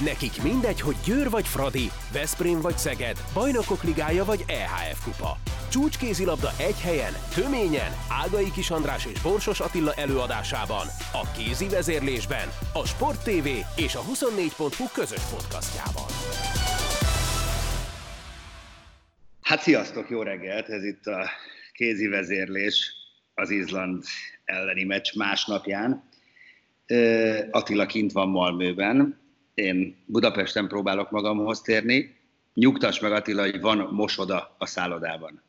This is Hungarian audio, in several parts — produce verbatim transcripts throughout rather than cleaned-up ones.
Nekik mindegy, hogy Győr vagy Fradi, Veszprém vagy Szeged, Bajnokok Ligája vagy é há ef Kupa. Csúcskézilabda egy helyen, töményen, Ágai Kis András és Borsos Attila előadásában, a kézi vezérlésben, a Sport té vé és a huszonnégy pont hu közös podcastjában. Hát sziasztok, jó reggelt! Ez itt a kézi vezérlés az Izland elleni meccs másnapján. Attila kint van Malmöben, én Budapesten próbálok magamhoz térni. Nyugtass meg, Attila, hogy van mosoda a szállodában.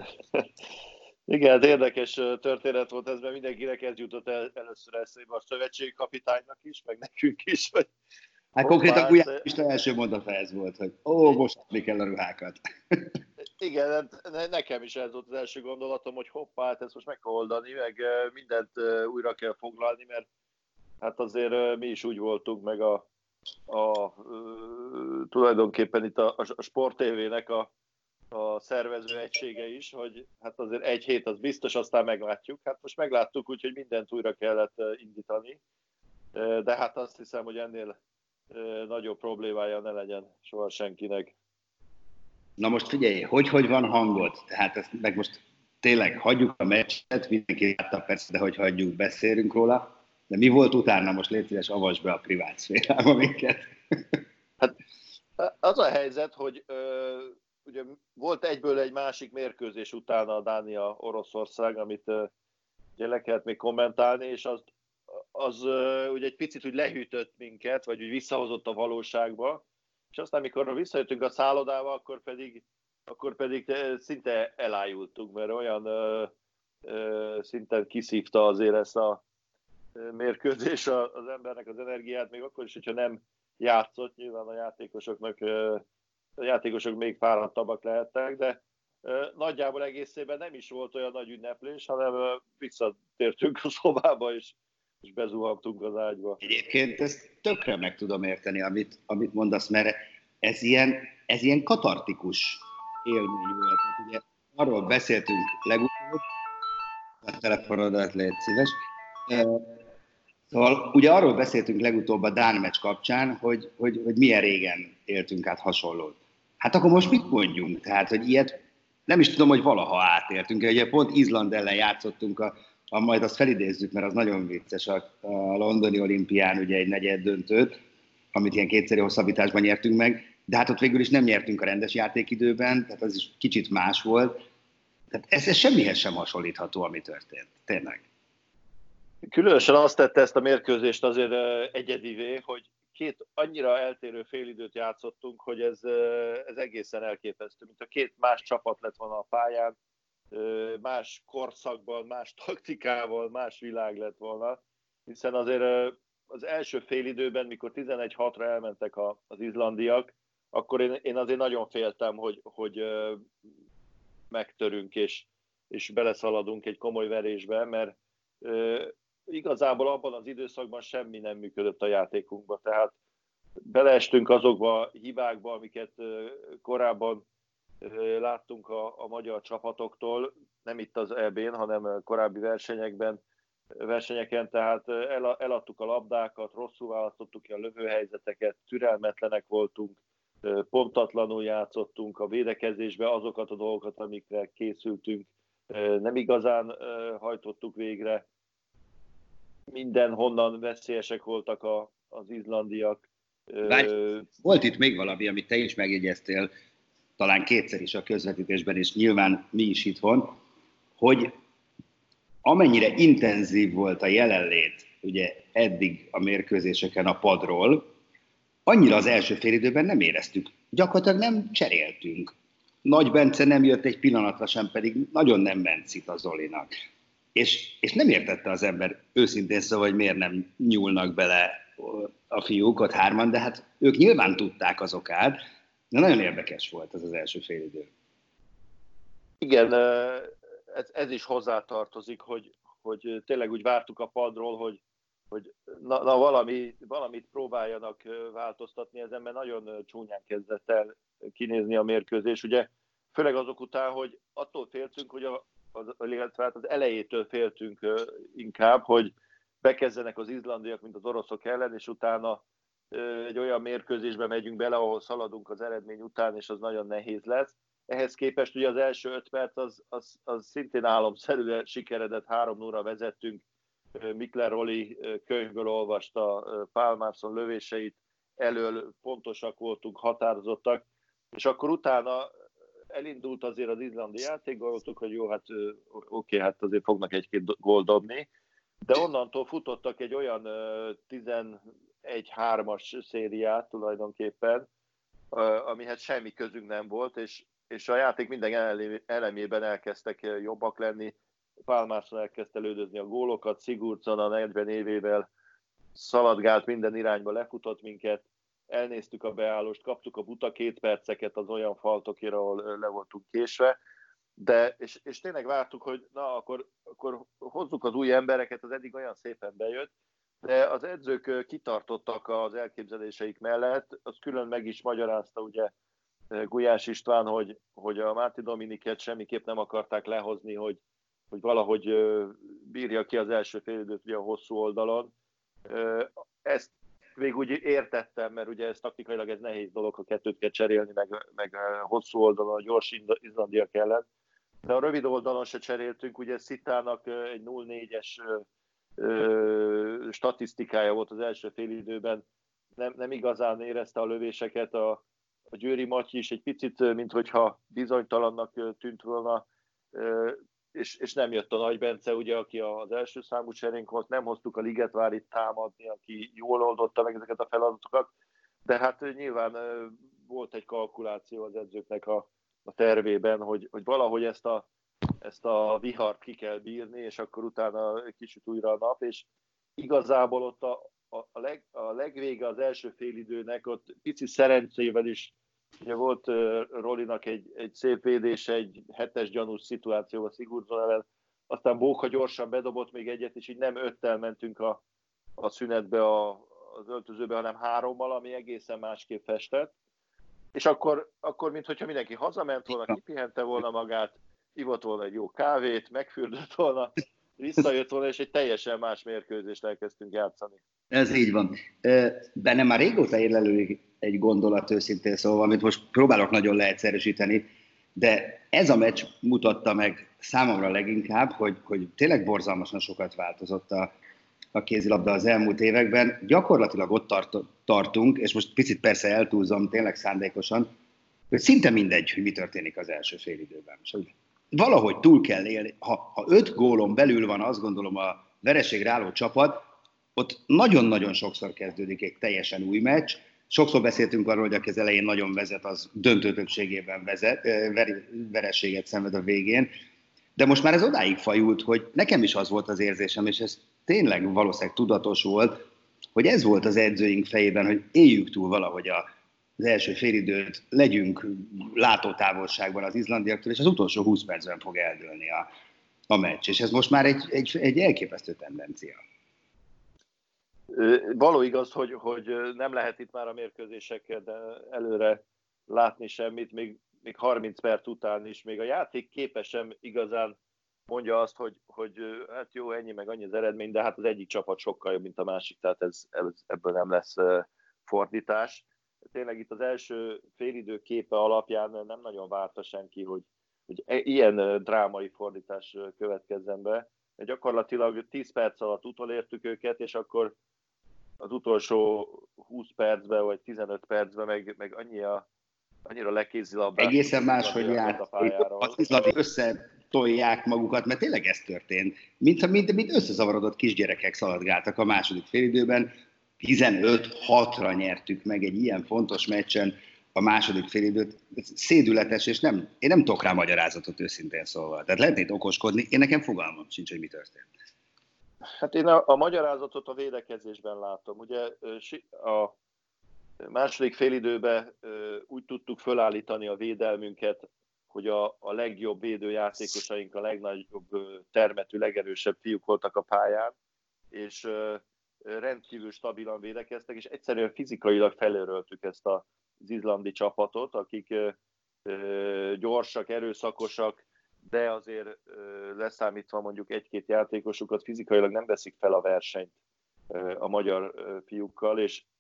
Igen, hát érdekes történet volt ez, mert mindenkinek ez jutott el, először eszébe, a szövetségkapitánynak is, meg nekünk is. Hogy hát konkrétan Gulyás is első mondata ez volt, hogy ó, mosatni kell a ruhákat. Igen, nekem is ez volt az első gondolatom, hogy hoppá, hát ezt most meg kell oldani, meg mindent újra kell foglalni, mert hát azért mi is úgy voltunk, meg a, a, a tulajdonképpen itt a, a Sport té vének a, a szervező egysége is, hogy hát azért egy hét az biztos, aztán meglátjuk. Hát most megláttuk, úgyhogy mindent újra kellett indítani, de hát azt hiszem, hogy ennél nagyobb problémája ne legyen soha senkinek. Na most figyelj, hogy, hogy van hangod? Tehát ezt meg most tényleg hagyjuk a meccset, mindenki látta persze, de hogy hagyjuk, beszélünk róla. De mi volt utána? Most légy szíves, avasd be a privát szférába minket. Hát az a helyzet, hogy ö, ugye volt egyből egy másik mérkőzés utána a Dánia-Oroszország, amit ö, ugye le kellett még kommentálni, és az, az ö, ugye egy picit úgy lehűtött minket, vagy úgy visszahozott a valóságba, és aztán, amikor visszajöttünk a szállodába, akkor pedig, akkor pedig szinte elájultunk, mert olyan ö, ö, szinten kiszívta azért ezt a mérkőzés az embernek az energiát, még akkor is, hogyha nem játszott, nyilván a játékosoknak, a játékosok még fáradtabbak lehettek, de nagyjából egészében nem is volt olyan nagy ünneplés, hanem visszatértünk a szobába, és, és bezuhantunk az ágyba. Egyébként ezt tökre meg tudom érteni, amit, amit mondasz, mert ez ilyen, ez ilyen katartikus élmény volt. Hát ugye arról beszéltünk legutóbb, a telefonodat légy szíves, szóval ugye arról beszéltünk legutóbb a Dán meccs kapcsán, hogy, hogy, hogy milyen régen éltünk át hasonlót. Hát akkor most mit mondjunk? Tehát, hogy ilyet nem is tudom, hogy valaha átéltünk. Ugye pont Izland ellen játszottunk, a, a, majd azt felidézzük, mert az nagyon vicces, a, a londoni olimpián ugye egy negyed döntőt, amit ilyen kétszeri hosszabbításban nyertünk meg, de hát ott végül is nem nyertünk a rendes játékidőben, tehát az is kicsit más volt. Tehát ez, ez semmihez sem hasonlítható, ami történt. Tényleg. Különösen azt tette ezt a mérkőzést azért egyedivé, hogy két annyira eltérő félidőt játszottunk, hogy ez, ez egészen elképesztő. Mint a két más csapat lett volna a pályán, más korszakban, más taktikával, más világ lett volna. Hiszen azért az első félidőben, mikor tizenegy hatra elmentek az izlandiak, akkor én, én azért nagyon féltem, hogy, hogy megtörünk és, és beleszaladunk egy komoly verésbe, mert igazából abban az időszakban semmi nem működött a játékunkba, tehát beleestünk azokba a hibákba, amiket korábban láttunk a, a magyar csapatoktól, nem itt az é bén, hanem korábbi versenyekben, versenyeken, tehát el, eladtuk a labdákat, rosszul választottuk ki a lövőhelyzeteket, türelmetlenek voltunk, pontatlanul játszottunk a védekezésbe, azokat a dolgokat, amikre készültünk, nem igazán hajtottuk végre. Mindenhonnan veszélyesek voltak a, az izlandiak. Bár volt itt még valami, amit te is megjegyeztél, talán kétszer is a közvetítésben, és nyilván mi is itthon, hogy amennyire intenzív volt a jelenlét ugye eddig a mérkőzéseken a padról, annyira az első félidőben nem éreztük. Gyakorlatilag nem cseréltünk. Nagy Bence nem jött egy pillanatra sem, pedig nagyon nem ment szit a Zolinak. És, és nem értette az ember őszintén szóval, hogy miért nem nyúlnak bele a fiúk, ott hárman, de hát ők nyilván tudták az okát, de nagyon érdekes volt ez az első félidő. Igen, ez, ez is hozzátartozik, hogy, hogy tényleg úgy vártuk a padról, hogy, hogy na, na valami, valamit próbáljanak változtatni ezen, mert nagyon csúnyán kezdett el kinézni a mérkőzés. Ugye főleg azok után, hogy attól féltünk, hogy a, az, illetve az elejétől féltünk inkább, hogy bekezdenek az izlandiak, mint az oroszok ellen, és utána egy olyan mérkőzésbe megyünk bele, ahol szaladunk az eredmény után, és az nagyon nehéz lesz. Ehhez képest ugye az első öt perc az, az, az szintén álomszerűen sikeredett, három nullra vezettünk. Mikler Roli könyvből olvasta Pál Marsson lövéseit, elől pontosak voltunk, határozottak, és akkor utána elindult azért az izlandi játék, gondoltuk, hogy jó, hát oké, hát azért fognak egy-két gólt dobni, de onnantól futottak egy olyan tizenegy hármas szériát tulajdonképpen, amihez semmi közünk nem volt, és, és a játék minden elemében elkezdtek jobbak lenni. Pál Marsson elkezdte lődözni a gólokat, Sigurdsson a negyven évével szaladgált minden irányba, lefutott minket, elnéztük a beállost, kaptuk a buta két perceket az olyan faltokért, ahol le voltunk késve, de, és, és tényleg vártuk, hogy na, akkor, akkor hozzuk az új embereket, az eddig olyan szépen bejött, de az edzők kitartottak az elképzeléseik mellett, az külön meg is magyarázta ugye Gulyás István, hogy, hogy a Máté Dominiket semmiképp nem akarták lehozni, hogy, hogy valahogy bírja ki az első félidőt ugye a hosszú oldalon. Ezt még úgy értettem, mert ugye ez taktikailag ez nehéz dolog, ha kettőt kell cserélni, meg, meg hosszú oldalon a gyors izlandiak ellen. De a rövid oldalon se cseréltünk, ugye Szitának egy nulla négyes statisztikája volt az első félidőben, nem, nem igazán érezte a lövéseket, a, a Győri Matyi is egy picit, minthogyha bizonytalannak tűnt volna, és, és nem jött a Nagy Bence, ugye, aki az első számú cserénk volt, nem hoztuk a Ligetvárit támadni, aki jól oldotta meg ezeket a feladatokat, de hát nyilván volt egy kalkuláció az edzőknek a, a tervében, hogy, hogy valahogy ezt a, ezt a vihart ki kell bírni, és akkor utána kicsit újra a nap, és igazából ott a, a, a, leg, a legvége az első félidőnek, ott pici szerencsével is, ugye volt uh, Rolinak egy, egy szép védése, egy hetes gyanús szituáció a Sigurdsson ellen, aztán Bóka gyorsan bedobott még egyet, és így nem öttel mentünk a, a szünetbe a, az öltözőbe, hanem hárommal, ami egészen másképp festett. És akkor, akkor mintha mindenki hazament volna, kipihente volna magát, ivott volna egy jó kávét, megfürdött volna, visszajött volna, és egy teljesen más mérkőzést elkezdtünk játszani. Ez így van. Bennem már régóta érlelő egy gondolat őszintén szóval, amit most próbálok nagyon leegyszerűsíteni, de ez a meccs mutatta meg számomra leginkább, hogy, hogy tényleg borzalmasan sokat változott a, a kézilabda az elmúlt években. Gyakorlatilag ott tart, tartunk, és most picit persze eltúlzom, tényleg szándékosan, hogy szinte mindegy, hogy mi történik az első félidőben. Valahogy túl kell élni. Ha, ha öt gólon belül van, azt gondolom, a vereségre álló csapat, ott nagyon-nagyon sokszor kezdődik egy teljesen új meccs. Sokszor beszéltünk arról, hogy aki az elején nagyon vezet, az döntő többségében vezet, ver, vereséget szenved a végén. De most már ez odáig fajult, hogy nekem is az volt az érzésem, és ez tényleg valószínűleg tudatos volt, hogy ez volt az edzőink fejében, hogy éljük túl valahogy a, az első félidőt, legyünk látótávolságban az izlandiaktól, és az utolsó húsz percben fog eldőlni a, a meccs. És ez most már egy, egy, egy elképesztő tendencia. Való igaz, hogy, hogy nem lehet itt már a mérkőzéseket előre látni semmit, még, még harminc perc után is, még a játék képe sem igazán mondja azt, hogy, hogy hát jó, ennyi meg annyi az eredmény, de hát az egyik csapat sokkal jobb, mint a másik, tehát ez, ebből nem lesz fordítás. Tényleg itt az első félidő képe alapján nem nagyon várta senki, hogy, hogy ilyen drámai fordítás következzen be. Gyakorlatilag tíz perc alatt utolértük őket, és akkor az utolsó húsz percben, vagy tizenöt percben meg, meg annyi a, annyira lekézilabdás. Egészen máshogy járt. Az izlandi összetolják magukat, mert tényleg ez történt. Mint, mint, mint összezavarodott kisgyerekek szaladgáltak a második félidőben. tizenöt hatra nyertük meg egy ilyen fontos meccsen a második félidőt. Szédületes, és nem, én nem tudok rá magyarázatot őszintén szólva. Tehát lehetnéd okoskodni, én nekem fogalmam sincs, hogy mi történt. Hát én a, a magyarázatot a védekezésben látom. Ugye a második félidőben úgy tudtuk fölállítani a védelmünket, hogy a, a legjobb védőjátékosaink, a legnagyobb termetű, legerősebb fiúk voltak a pályán, és rendkívül stabilan védekeztek, és egyszerűen fizikailag felőröltük ezt az izlandi csapatot, akik gyorsak, erőszakosak, de azért leszámítva mondjuk egy-két játékosukat fizikailag nem veszik fel a versenyt a magyar fiúkkal, és,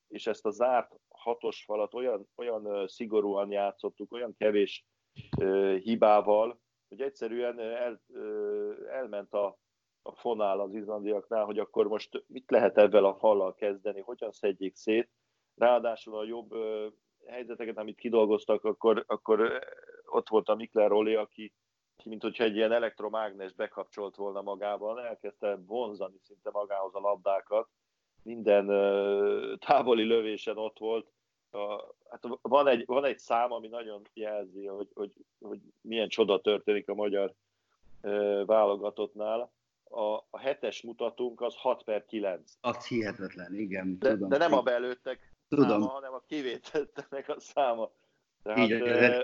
és ezt a zárt hatos falat olyan, olyan szigorúan játszottuk, olyan kevés uh, hibával, hogy egyszerűen el, uh, elment a, a fonál az izlandiaknál, hogy akkor most mit lehet ebben a fallal kezdeni, hogyan szedjék szét. Ráadásul a jobb uh, helyzeteket, amit kidolgoztak, akkor, akkor ott volt a Mikler Rolli, aki, mint hogyha egy ilyen elektromágnes bekapcsolt volna magában, elkezdte vonzani szinte magához a labdákat, minden uh, távoli lövésen ott volt. Uh, hát van egy, van egy szám, ami nagyon jelzi, hogy, hogy, hogy milyen csoda történik a magyar uh, válogatottnál. A, a hetes mutatónk az hat per kilenc. Az hihetetlen, igen. De, tudom. de nem a belőttek tudom. száma, hanem a kivételtek a száma. Tehát, így,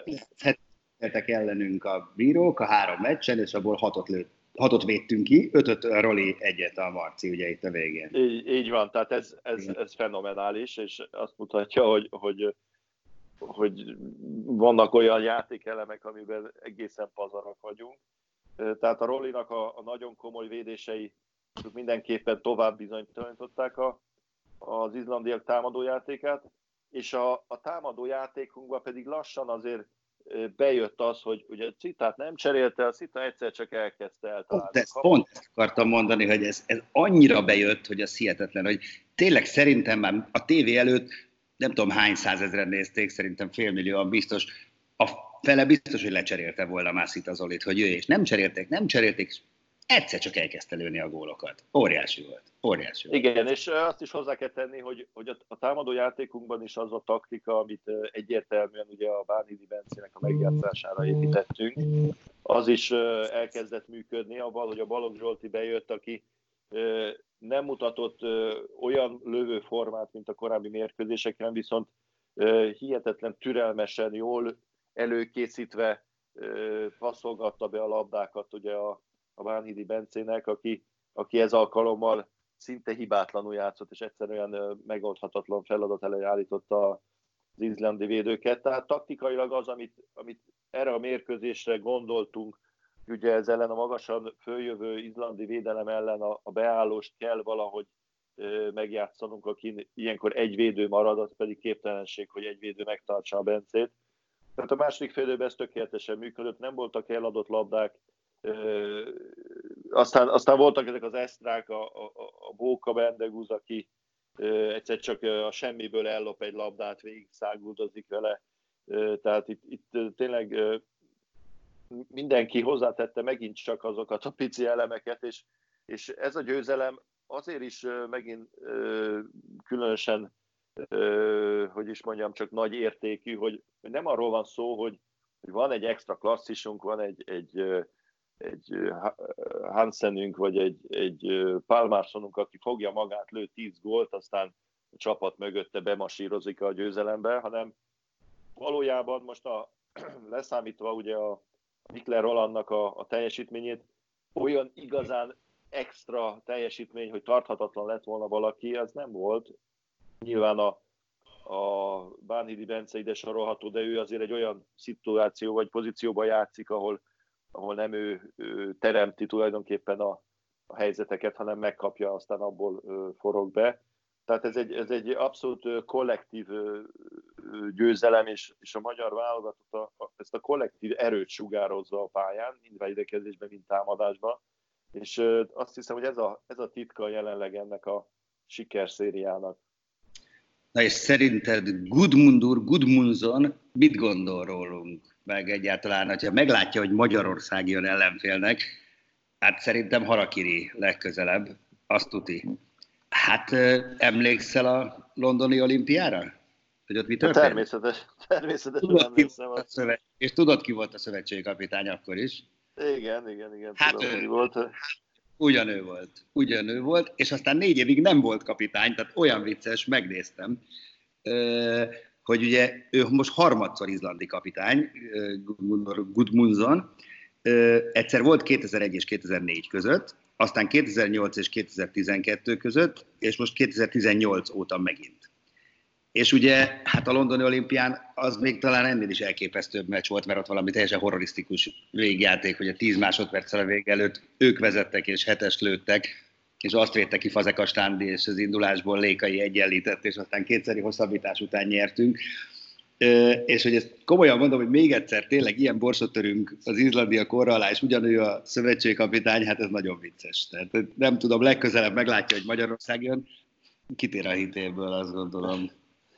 uh, ellenünk a bírók a három meccsen, és abból hatot, lőtt, hatot védtünk ki, ötöt a Roli, egyet a Marci, ugye itt a végén. Így, így van, tehát ez, ez, ez fenomenális, és azt mutatja, hogy, hogy, hogy vannak olyan játékelemek, amiben egészen pazarak vagyunk. Tehát a Rolinak a, a nagyon komoly védései mindenképpen tovább bizonytalanították a, az izlandiak támadójátékát, és a, a támadójátékunkban pedig lassan azért bejött az, hogy ugye a Citát nem cserélte, a Cita egyszer csak elkezdte eltalálni. Pont ezt, pont ezt akartam mondani, hogy ez, ez annyira bejött, hogy az hihetetlen, hogy tényleg szerintem már a tévé előtt nem tudom hány százezren nézték, szerintem félmillióan biztos, a fele biztos, hogy lecserélte volna már Cita Zolit, hogy jöjj, és nem cserélték, nem cserélték, egyszer csak elkezdte lőni a gólokat. Óriási volt. Óriási volt. Igen, és azt is hozzá kell tenni, hogy, hogy a támadó játékunkban is az a taktika, amit egyértelműen ugye a Bánhidi Bencének a megjátszására építettünk, az is elkezdett működni avval, hogy a Balogh Zsolti bejött, aki nem mutatott olyan lövőformát, mint a korábbi mérkőzéseken, viszont hihetetlen türelmesen, jól előkészítve passzolgatta be a labdákat ugye a a Bánhidi Bencének, aki, aki ez alkalommal szinte hibátlanul játszott, és egyszerűen megoldhatatlan feladat elé állította az izlandi védőket. Tehát taktikailag az, amit, amit erre a mérkőzésre gondoltunk, ugye ez ellen a magasan följövő izlandi védelem ellen a, a beállást kell valahogy e, megjátszanunk, aki ilyenkor egy védő marad, az pedig képtelenség, hogy egy védő megtartsa a Bencét. Tehát a második fél időben ez tökéletesen működött, nem voltak eladott labdák, Ö, aztán, aztán voltak ezek az esztrák, a, a, a Bóka Bendegúz, aki ö, egyszer csak a semmiből ellop egy labdát, végig száguldozik vele. Ö, tehát itt, itt tényleg ö, mindenki hozzátette megint csak azokat a pici elemeket, és, és ez a győzelem azért is ö, megint ö, különösen, ö, hogy is mondjam, csak nagy értékű, hogy nem arról van szó, hogy, hogy van egy extra klasszisunk, van egy, egy egy Hansenünk, vagy egy, egy Pálmárszonunk, aki fogja magát, lő tíz gólt, aztán a csapat mögötte bemasírozik a győzelembe, hanem valójában most a, leszámítva ugye a Mikler Rolandnak a, a teljesítményét, olyan igazán extra teljesítmény, hogy tarthatatlan lett volna valaki, az nem volt. Nyilván a, a Bánhidi Bence ide sorolható, de ő azért egy olyan szituáció vagy pozícióban játszik, ahol ahol nem ő, ő teremti tulajdonképpen a, a helyzeteket, hanem megkapja, aztán abból ö, forog be. Tehát ez egy, ez egy abszolút ö, kollektív ö, ö, győzelem, és, és a magyar válogatott a, a, ezt a kollektív erőt sugározza a pályán, mind védekezésben, mind támadásban. És ö, azt hiszem, hogy ez a, ez a titka jelenleg ennek a sikerszériának. Na és szerinted Gudmundur Gudmundsson mit gondol rólunk? Meg egyáltalán, hogyha meglátja, hogy Magyarország jön ellenfélnek, hát szerintem harakiri legközelebb, azt tuti. Hát emlékszel a londoni olimpiára? Hogy ott mi történt? Természetes, természetesen tudod, emlékszem. A szövet... És tudod, ki volt a szövetségkapitány akkor is? Igen, igen, igen. Hát tudom, ő ki volt. ugyanő volt, ugyanő volt, és aztán négy évig nem volt kapitány, tehát olyan vicces, megnéztem, hogy ugye ő most harmadszor izlandi kapitány, Gudmundsson, egyszer volt kétezer-egy és kétezer-négy között, aztán kétezer-nyolc és kétezer-tizenkettő között, és most kétezer-tizennyolc óta megint. És ugye, hát a londoni olimpián az még talán ennél is elképesztőbb meccs volt, mert ott valami teljesen horrorisztikus végjáték, hogy a tíz másodperccel a vége előtt ők vezettek és hetest lőttek, és azt védte ki Fazekas Sándi, és az indulásból Lékai egyenlített, és aztán kétszeri hosszabbítás után nyertünk. És hogy ezt komolyan mondom, hogy még egyszer tényleg ilyen borsot törünk az Izlandia korra alá, és ugyanúgy a szövetségkapitány, hát ez nagyon vicces. Tehát nem tudom, legközelebb meglátja, hogy Magyarország jön, kitér a hitéből, azt gondolom.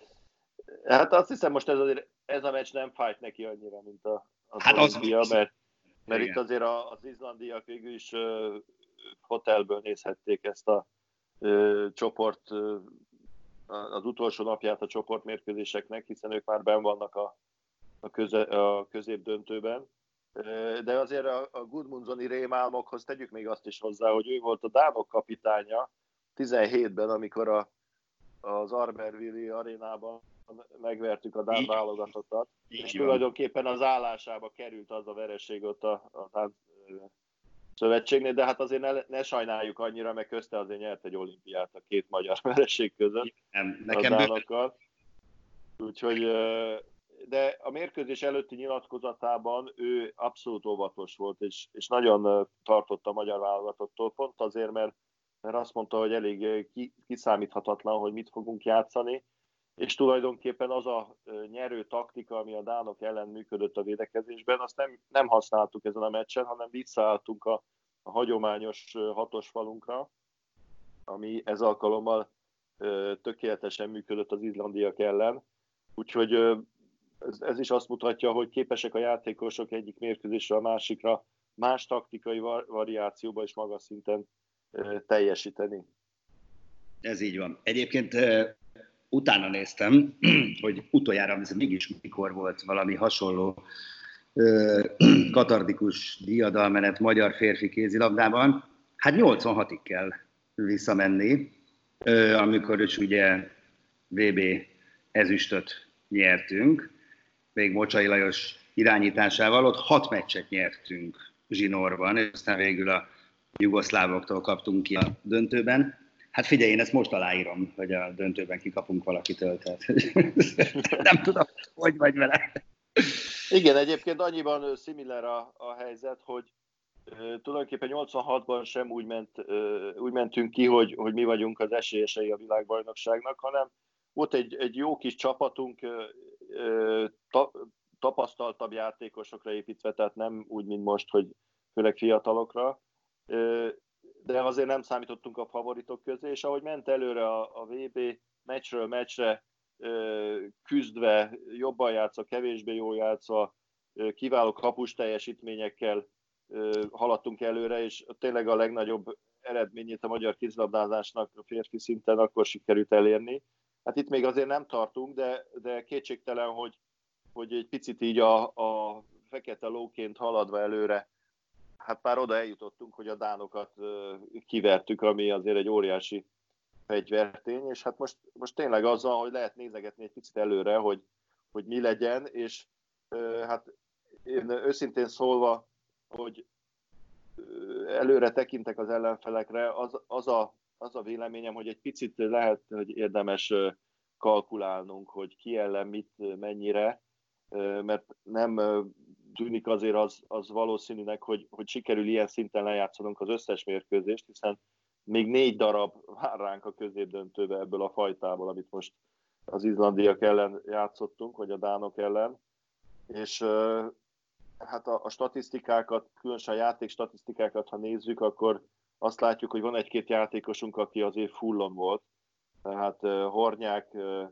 Hát azt hiszem, most ez, azért, ez a meccs nem fájt neki annyira, mint a, az hát Olimpia, az, mert, mert itt azért az izlandiak végül is uh, hotelből nézhették ezt a uh, csoport, uh, az utolsó napját a csoportmérkőzéseknek, hiszen ők már benn vannak a, a, köze, a középdöntőben. Uh, de azért a, a Gudmundsoni rémálmokhoz tegyük még azt is hozzá, hogy ő volt a dánok kapitánya tizenhétben, amikor a, az Arberville arénában megvertük a dán válogatottat, és tulajdonképpen az állásába került az a vereség ott a, a dán szövetségnél, de hát azért ne, ne sajnáljuk annyira, mert közte azért nyert egy olimpiát a két magyar vereség között nem, nekem a dánokkal. Úgyhogy, de a mérkőzés előtti nyilatkozatában ő abszolút óvatos volt, és, és nagyon tartotta a magyar válogatottól, pont azért, mert, mert azt mondta, hogy elég kiszámíthatatlan, hogy mit fogunk játszani, és tulajdonképpen az a nyerő taktika, ami a dánok ellen működött a védekezésben, azt nem, nem használtuk ezen a meccsen, hanem visszaálltunk a, a hagyományos hatos falunkra, ami ez alkalommal tökéletesen működött az izlandiak ellen. Úgyhogy ez, ez is azt mutatja, hogy képesek a játékosok egyik mérkőzésre a másikra más taktikai variációba is magas szinten teljesíteni. Ez így van. Egyébként utána néztem, hogy utoljára, ez mégis mikor volt valami hasonló katartikus diadalmenet magyar férfi kézilabdában. Hát nyolcvanhatig kell visszamenni, amikor is ugye vé bé ezüstöt nyertünk, még Mocsai Lajos irányításával, ott hat meccset nyertünk zsinórban, és aztán végül a jugoszlávoktól kaptunk ki a döntőben. Hát figyelj, én ezt most aláírom, hogy a döntőben kikapunk valakitől, tehát nem tudom, hogy vagy vele. Igen, egyébként annyiban szimiler a, a helyzet, hogy uh, tulajdonképpen nyolcvanhatban sem úgy, ment, uh, úgy mentünk ki, hogy, hogy mi vagyunk az esélyesei a világbajnokságnak, hanem volt egy, egy jó kis csapatunk, uh, uh, ta, tapasztaltabb játékosokra építve, tehát nem úgy, mint most, hogy főleg fiatalokra, uh, de azért nem számítottunk a favoritok közé, és ahogy ment előre a, a vé bé, meccsről meccsre küzdve, jobban játszva, kevésbé jól játszva, kiváló kapus teljesítményekkel haladtunk előre, és tényleg a legnagyobb eredményét a magyar kézilabdázásnak a férfi szinten akkor sikerült elérni. Hát itt még azért nem tartunk, de, de kétségtelen, hogy, hogy egy picit így a, a fekete lóként haladva előre, hát már oda eljutottunk, hogy a dánokat kivertük, ami azért egy óriási fegyvertény, és hát most, most tényleg azzal, hogy lehet nézegetni egy picit előre, hogy, hogy mi legyen, és hát én őszintén szólva, hogy előre tekintek az ellenfelekre, az, az, a, az a véleményem, hogy egy picit lehet, hogy érdemes kalkulálnunk, hogy ki ellen mit, mennyire, mert nem tűnik azért az, az valószínűnek, hogy, hogy sikerül ilyen szinten lejátszanunk az összes mérkőzést, hiszen még négy darab vár ránk a középdöntőbe ebből a fajtából, amit most az izlandiak ellen játszottunk, vagy a dánok ellen. És hát a, a statisztikákat, különösen a játék statisztikákat, ha nézzük, akkor azt látjuk, hogy van egy-két játékosunk, aki azért fullon volt. Tehát Hornyák,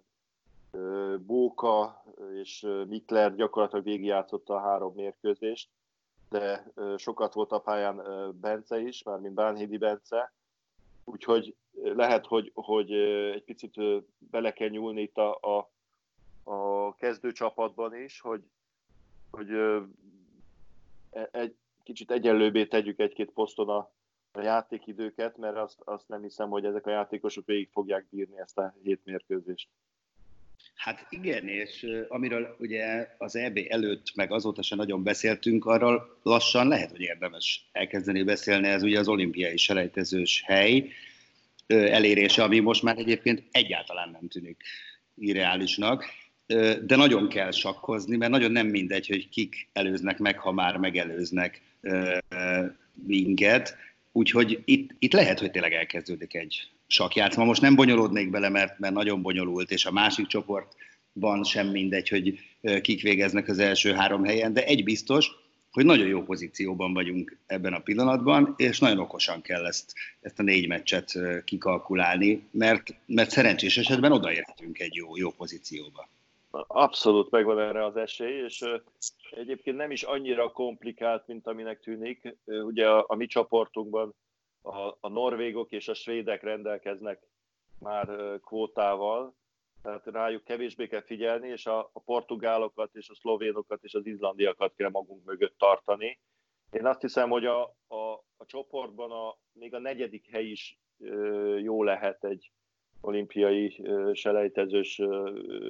Bóka és Mikler gyakorlatilag végigjátszotta a három mérkőzést, de sokat volt a pályán Bence is, mármint Bánhidi Bence. Úgyhogy lehet, hogy, hogy egy picit bele kell nyúlni itt a, a, a kezdőcsapatban is, hogy, hogy egy kicsit egyenlőbbé tegyük egy-két poszton a, a játékidőket, mert azt, azt nem hiszem, hogy ezek a játékosok végig fogják bírni ezt a hét mérkőzést. Hát igen, és amiről ugye az é bé előtt, meg azóta sem nagyon beszéltünk, arról lassan lehet, hogy érdemes elkezdeni beszélni, ez ugye az olimpiai selejtezős hely elérése, ami most már egyébként egyáltalán nem tűnik irreálisnak, de nagyon kell sakkozni, mert nagyon nem mindegy, hogy kik előznek meg, ha már megelőznek minket. úgyhogy itt, itt lehet, hogy tényleg elkezdődik egy sakkjátszma. Most nem bonyolódnék bele, mert, mert nagyon bonyolult, és a másik csoportban sem mindegy, hogy kik végeznek az első három helyen, de egy biztos, hogy nagyon jó pozícióban vagyunk ebben a pillanatban, és nagyon okosan kell ezt, ezt a négy meccset kikalkulálni, mert, mert szerencsés esetben odaérhetünk egy jó, jó pozícióba. Abszolút megvan erre az esély, és egyébként nem is annyira komplikált, mint aminek tűnik. Ugye a, a mi csoportunkban a, a norvégok és a svédek rendelkeznek már kvótával, tehát rájuk kevésbé kell figyelni, és a, a portugálokat és a szlovénokat és az izlandiakat kell magunk mögött tartani. Én azt hiszem, hogy a, a, a csoportban a, még a negyedik hely is ö, jó lehet egy olimpiai ö, selejtezős ö,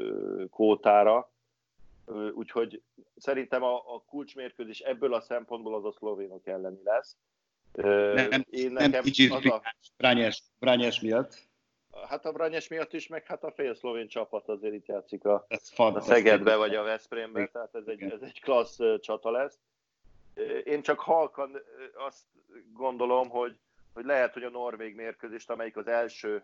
kvótára. Ö, úgyhogy szerintem a, a kulcsmérkőzés ebből a szempontból az a szlovénok elleni lesz. Ö, nem én nem nekem kicsit az a... Brányes, Brányes miatt. Hát a Brányes miatt is, meg hát a fél szlovén csapat azért itt játszik a, a fantasztikus. Szegedbe vagy a Veszprémbe, tehát ez egy, ez egy klassz csata lesz. Én csak halkan azt gondolom, hogy, hogy lehet, hogy a norvég mérkőzést, amelyik az első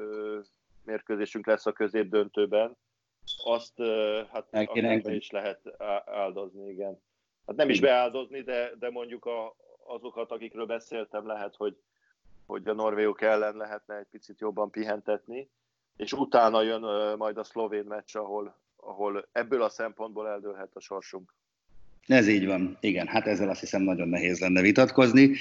mérkőzésünk lesz a középdöntőben, azt hát be is lehet áldozni, igen. Hát nem is beáldozni, de, de mondjuk a, azokat, akikről beszéltem, lehet, hogy hogy a norvégok ellen lehetne egy picit jobban pihentetni, és utána jön uh, majd a szlovén meccs, ahol, ahol ebből a szempontból eldőlhet a sorsunk. Ez így van, igen, hát ezzel azt hiszem nagyon nehéz lenne vitatkozni,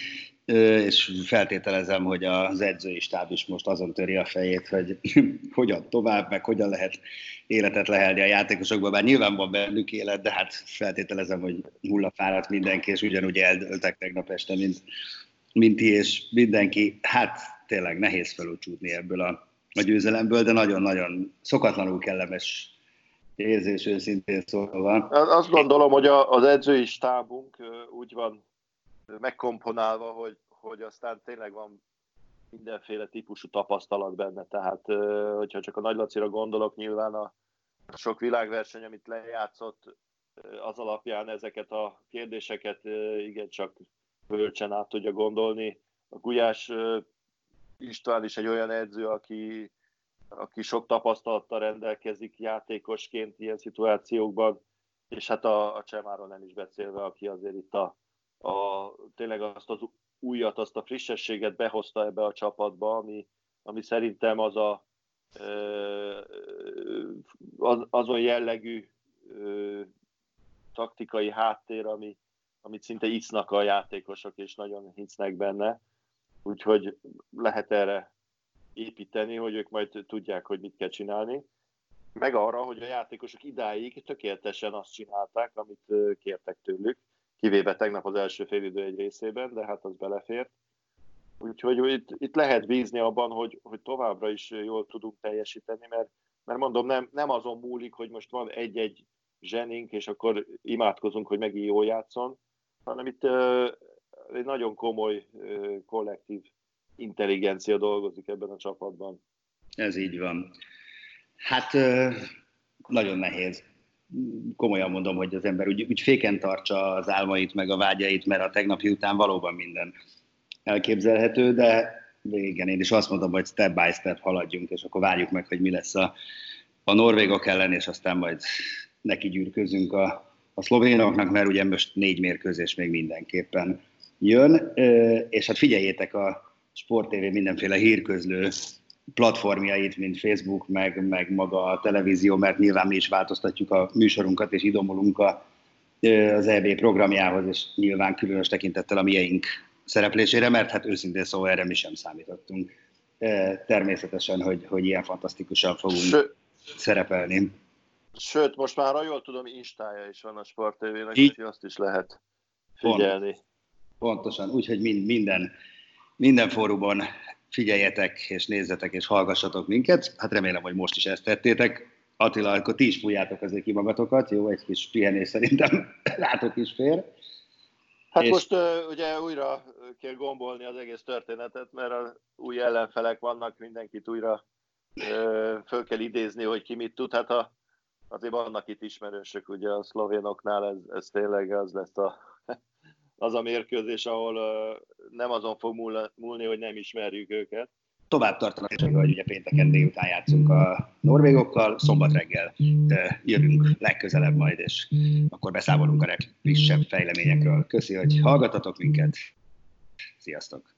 és feltételezem, hogy az edzői stáb is most azon töri a fejét, hogy hogyan tovább, meg hogyan lehet életet lehelni a játékosokba, bár nyilván van bennük élet, de hát feltételezem, hogy hullafáradt mindenki, és ugyanúgy eldőltek tegnap este, mint mint ti és mindenki, hát tényleg nehéz felúcsútni ebből a, a győzelemből, de nagyon-nagyon szokatlanul kellemes érzés őszintén szólva. Azt gondolom, hogy a, az edzői stábunk úgy van megkomponálva, hogy, hogy aztán tényleg van mindenféle típusú tapasztalat benne, tehát hogyha csak a Nagy Lacira gondolok, nyilván a sok világverseny, amit lejátszott, az alapján ezeket a kérdéseket igencsak bölcsen át tudja gondolni. A Gulyás István is egy olyan edző, aki, aki sok tapasztalattal rendelkezik játékosként ilyen szituációkban, és hát a, a Csemáról nem is beszélve, aki azért itt a, a, tényleg azt az újat, azt a frissességet behozta ebbe a csapatba, ami, ami szerintem az a az, azon jellegű taktikai háttér, ami amit szinte isznak a játékosok, és nagyon hisznek benne. Úgyhogy lehet erre építeni, hogy ők majd tudják, hogy mit kell csinálni. Meg arra, hogy a játékosok idáig tökéletesen azt csinálták, amit kértek tőlük, kivéve tegnap az első félidő egy részében, de hát az belefért. Úgyhogy itt, itt lehet bízni abban, hogy, hogy továbbra is jól tudunk teljesíteni, mert, mert mondom, nem, nem azon múlik, hogy most van egy-egy zsenink, és akkor imádkozunk, hogy megint jól játszon, hanem itt uh, egy nagyon komoly uh, kollektív intelligencia dolgozik ebben a csapatban. Ez így van. Hát uh, nagyon nehéz. Komolyan mondom, hogy az ember úgy, úgy féken tartsa az álmait, meg a vágyait, mert a tegnapi után valóban minden elképzelhető, de igen, én is azt mondom, hogy step by step haladjunk, és akkor várjuk meg, hogy mi lesz a, a norvégok ellen, és aztán majd neki gyűrközünk a a szlovénoknak, mert ugye most négy mérkőzés még mindenképpen jön, és hát figyeljétek a Sport té vé mindenféle hírközlő platformjait, mint Facebook, meg, meg maga a televízió, mert nyilván mi is változtatjuk a műsorunkat, és idomulunk a, az é bé programjához, és nyilván különös tekintettel a mieink szereplésére, mert hát őszintén szóval erre mi sem számítottunk. Természetesen, hogy, hogy ilyen fantasztikusan fogunk Ső. szerepelni. Sőt, most már, ha jól tudom, instája is van a Sport té vének, úgyhogy azt is lehet figyelni. Pontosan, úgyhogy minden, minden fórumon figyeljetek, és nézzetek, és hallgassatok minket. Hát remélem, hogy most is ezt tettétek. Attila, akkor ti is fújjátok azért ki magatokat, jó? Egy kis pihenés szerintem látok is fér. Hát és... most uh, ugye újra kell gombolni az egész történetet, mert a új ellenfelek vannak, mindenkit újra uh, föl kell idézni, hogy ki mit tud. Hát a azért vannak itt ismerősök, ugye a szlovénoknál ez, ez tényleg az lesz a, az a mérkőzés, ahol nem azon fog múlni, hogy nem ismerjük őket. Tovább tartanak, hogy ugye pénteken délután játszunk a norvégokkal, szombat reggel jövünk legközelebb majd, és akkor beszámolunk a legfrissebb fejleményekről. Köszi, hogy hallgatatok minket. Sziasztok!